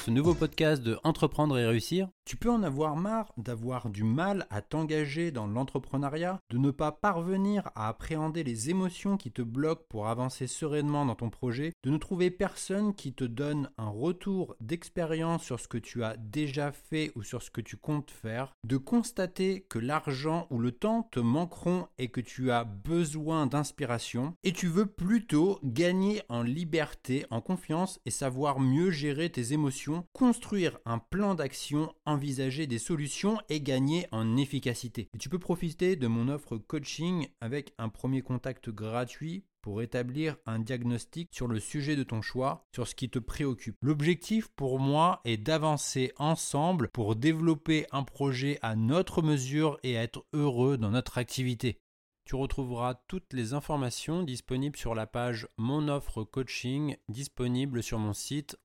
ce nouveau podcast de Entreprendre et réussir. Tu peux en avoir marre d'avoir du mal à t'engager dans l'entrepreneuriat, de ne pas parvenir à appréhender les émotions qui te bloquent pour avancer sereinement dans ton projet, de ne trouver personne qui te donne un retour d'expérience sur ce que tu as déjà fait ou sur ce que tu comptes faire, de constater que l'argent ou le temps te manqueront et que tu as besoin d'inspiration, et tu veux plutôt gagner en liberté, en confiance et savoir mieux gérer tes émotions, construire un plan d'action, envisager des solutions et gagner en efficacité. Et tu peux profiter de mon offre coaching avec un premier contact gratuit pour établir un diagnostic sur le sujet de ton choix, sur ce qui te préoccupe. L'objectif pour moi est d'avancer ensemble pour développer un projet à notre mesure et être heureux dans notre activité. Tu retrouveras toutes les informations disponibles sur la page Mon offre coaching disponible sur mon site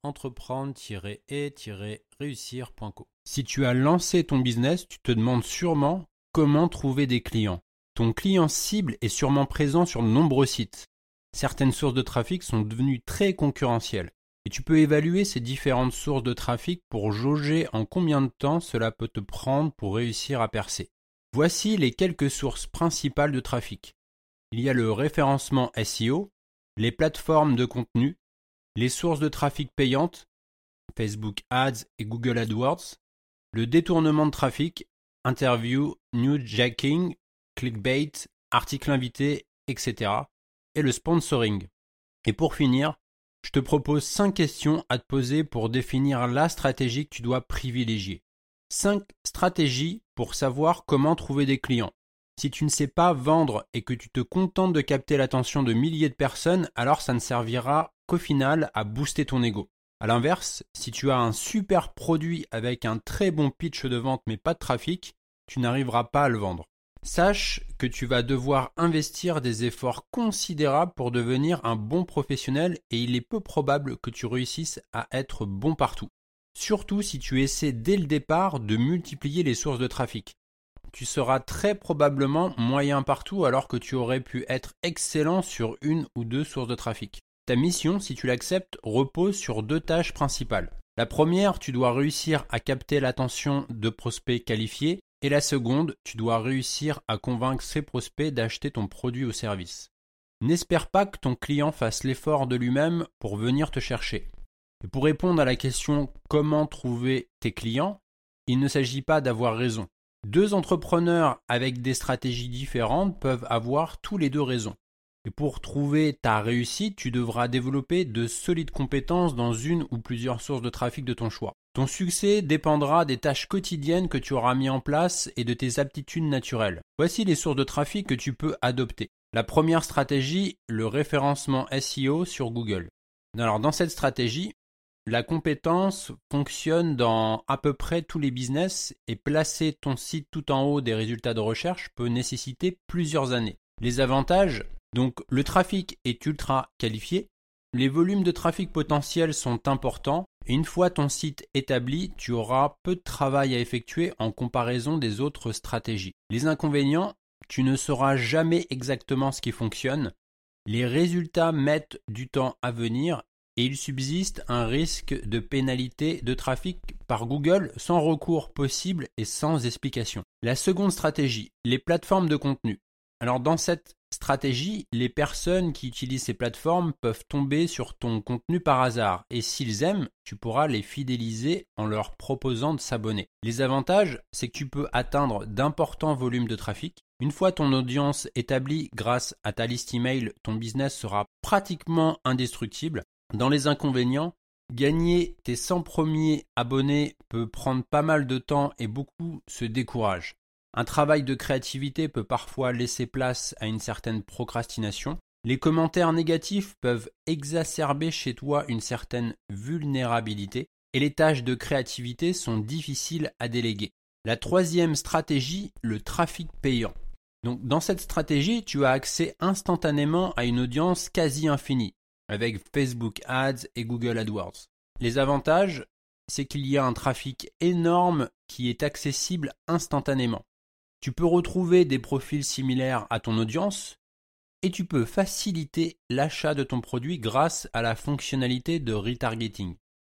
entreprendre-et-réussir.co. Si tu as lancé ton business, tu te demandes sûrement comment trouver des clients. Ton client cible est sûrement présent sur de nombreux sites. Certaines sources de trafic sont devenues très concurrentielles et tu peux évaluer ces différentes sources de trafic pour jauger en combien de temps cela peut te prendre pour réussir à percer. Voici les quelques sources principales de trafic. Il y a le référencement SEO, les plateformes de contenu, les sources de trafic payantes, Facebook Ads et Google AdWords, le détournement de trafic, interview, newsjacking, clickbait, articles invités, etc. et le sponsoring. Et pour finir, je te propose 5 questions à te poser pour définir la stratégie que tu dois privilégier. 5 stratégies pour savoir comment trouver des clients. Si tu ne sais pas vendre et que tu te contentes de capter l'attention de milliers de personnes, alors ça ne servira qu'au final à booster ton ego. A l'inverse, si tu as un super produit avec un très bon pitch de vente mais pas de trafic, tu n'arriveras pas à le vendre. Sache que tu vas devoir investir des efforts considérables pour devenir un bon professionnel et il est peu probable que tu réussisses à être bon partout. Surtout si tu essaies dès le départ de multiplier les sources de trafic. Tu seras très probablement moyen partout alors que tu aurais pu être excellent sur une ou deux sources de trafic. Ta mission, si tu l'acceptes, repose sur 2 tâches principales. La première, tu dois réussir à capter l'attention de prospects qualifiés et la seconde, tu dois réussir à convaincre ces prospects d'acheter ton produit ou service. N'espère pas que ton client fasse l'effort de lui-même pour venir te chercher. Et pour répondre à la question comment trouver tes clients, il ne s'agit pas d'avoir raison. 2 entrepreneurs avec des stratégies différentes peuvent avoir tous les 2 raison. Et pour trouver ta réussite, tu devras développer de solides compétences dans une ou plusieurs sources de trafic de ton choix. Ton succès dépendra des tâches quotidiennes que tu auras mis en place et de tes aptitudes naturelles. Voici les sources de trafic que tu peux adopter. La première stratégie, le référencement SEO sur Google. Alors dans cette stratégie, la compétence fonctionne dans à peu près tous les business et placer ton site tout en haut des résultats de recherche peut nécessiter plusieurs années. Les avantages, donc le trafic est ultra qualifié, les volumes de trafic potentiels sont importants et une fois ton site établi, tu auras peu de travail à effectuer en comparaison des autres stratégies. Les inconvénients, tu ne sauras jamais exactement ce qui fonctionne, les résultats mettent du temps à venir et il subsiste un risque de pénalité de trafic par Google sans recours possible et sans explication. La seconde stratégie, les plateformes de contenu. Alors dans cette stratégie, les personnes qui utilisent ces plateformes peuvent tomber sur ton contenu par hasard et s'ils aiment, tu pourras les fidéliser en leur proposant de s'abonner. Les avantages, c'est que tu peux atteindre d'importants volumes de trafic. Une fois ton audience établie grâce à ta liste email, ton business sera pratiquement indestructible. Dans les inconvénients, gagner tes 100 premiers abonnés peut prendre pas mal de temps et beaucoup se découragent. Un travail de créativité peut parfois laisser place à une certaine procrastination. Les commentaires négatifs peuvent exacerber chez toi une certaine vulnérabilité et les tâches de créativité sont difficiles à déléguer. La troisième stratégie, le trafic payant. Donc, dans cette stratégie, tu as accès instantanément à une audience quasi infinie avec Facebook Ads et Google AdWords. Les avantages, c'est qu'il y a un trafic énorme qui est accessible instantanément. Tu peux retrouver des profils similaires à ton audience et tu peux faciliter l'achat de ton produit grâce à la fonctionnalité de retargeting.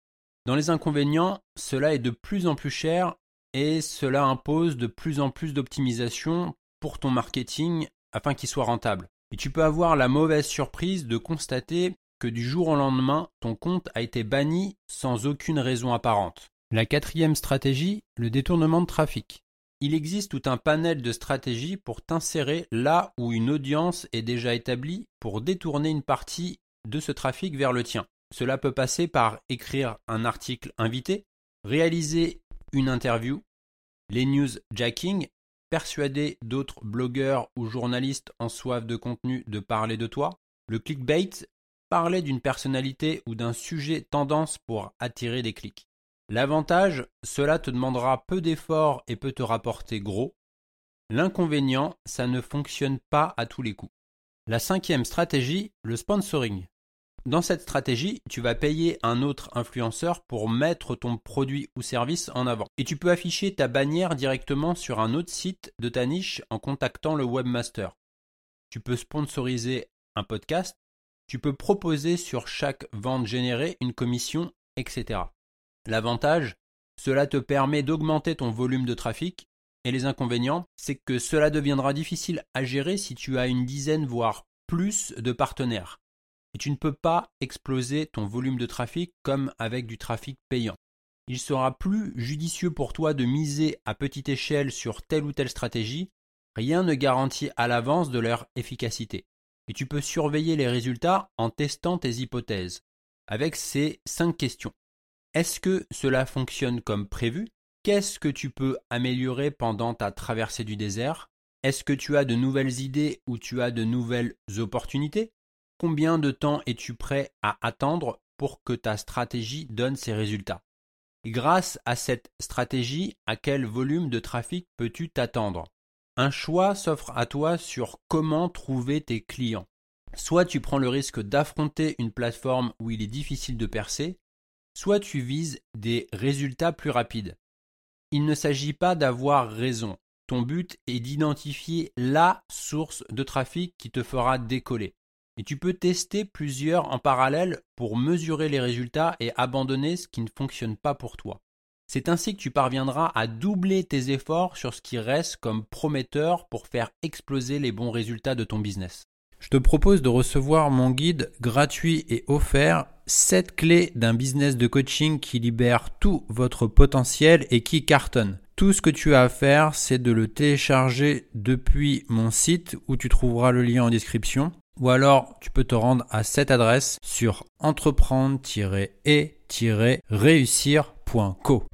Dans les inconvénients, cela est de plus en plus cher et cela impose de plus en plus d'optimisation pour ton marketing afin qu'il soit rentable. Et tu peux avoir la mauvaise surprise de constater que du jour au lendemain, ton compte a été banni sans aucune raison apparente. La 4e stratégie, le détournement de trafic. Il existe tout un panel de stratégies pour t'insérer là où une audience est déjà établie pour détourner une partie de ce trafic vers le tien. Cela peut passer par écrire un article invité, réaliser une interview, les news jacking, persuader d'autres blogueurs ou journalistes en soif de contenu de parler de toi, le clickbait, parler d'une personnalité ou d'un sujet tendance pour attirer des clics. L'avantage, cela te demandera peu d'efforts et peut te rapporter gros. L'inconvénient, ça ne fonctionne pas à tous les coups. La 5e stratégie, le sponsoring. Dans cette stratégie, tu vas payer un autre influenceur pour mettre ton produit ou service en avant. Et tu peux afficher ta bannière directement sur un autre site de ta niche en contactant le webmaster. Tu peux sponsoriser un podcast, tu peux proposer sur chaque vente générée une commission, etc. L'avantage, cela te permet d'augmenter ton volume de trafic et les inconvénients, c'est que cela deviendra difficile à gérer si tu as une dizaine voire plus de partenaires. Et tu ne peux pas exploser ton volume de trafic comme avec du trafic payant. Il sera plus judicieux pour toi de miser à petite échelle sur telle ou telle stratégie. Rien ne garantit à l'avance de leur efficacité. Et tu peux surveiller les résultats en testant tes hypothèses avec ces 5 questions. Est-ce que cela fonctionne comme prévu? Qu'est-ce que tu peux améliorer pendant ta traversée du désert? Est-ce que tu as de nouvelles idées ou tu as de nouvelles opportunités? Combien de temps es-tu prêt à attendre pour que ta stratégie donne ses résultats? Et grâce à cette stratégie, à quel volume de trafic peux-tu t'attendre? Un choix s'offre à toi sur comment trouver tes clients. Soit tu prends le risque d'affronter une plateforme où il est difficile de percer, soit tu vises des résultats plus rapides. Il ne s'agit pas d'avoir raison. Ton but est d'identifier la source de trafic qui te fera décoller. Et tu peux tester plusieurs en parallèle pour mesurer les résultats et abandonner ce qui ne fonctionne pas pour toi. C'est ainsi que tu parviendras à doubler tes efforts sur ce qui reste comme prometteur pour faire exploser les bons résultats de ton business. Je te propose de recevoir mon guide gratuit et offert 7 clés d'un business de coaching qui libère tout votre potentiel et qui cartonne. Tout ce que tu as à faire, c'est de le télécharger depuis mon site où tu trouveras le lien en description. Ou alors, tu peux te rendre à cette adresse sur entreprendre-et-réussir.co.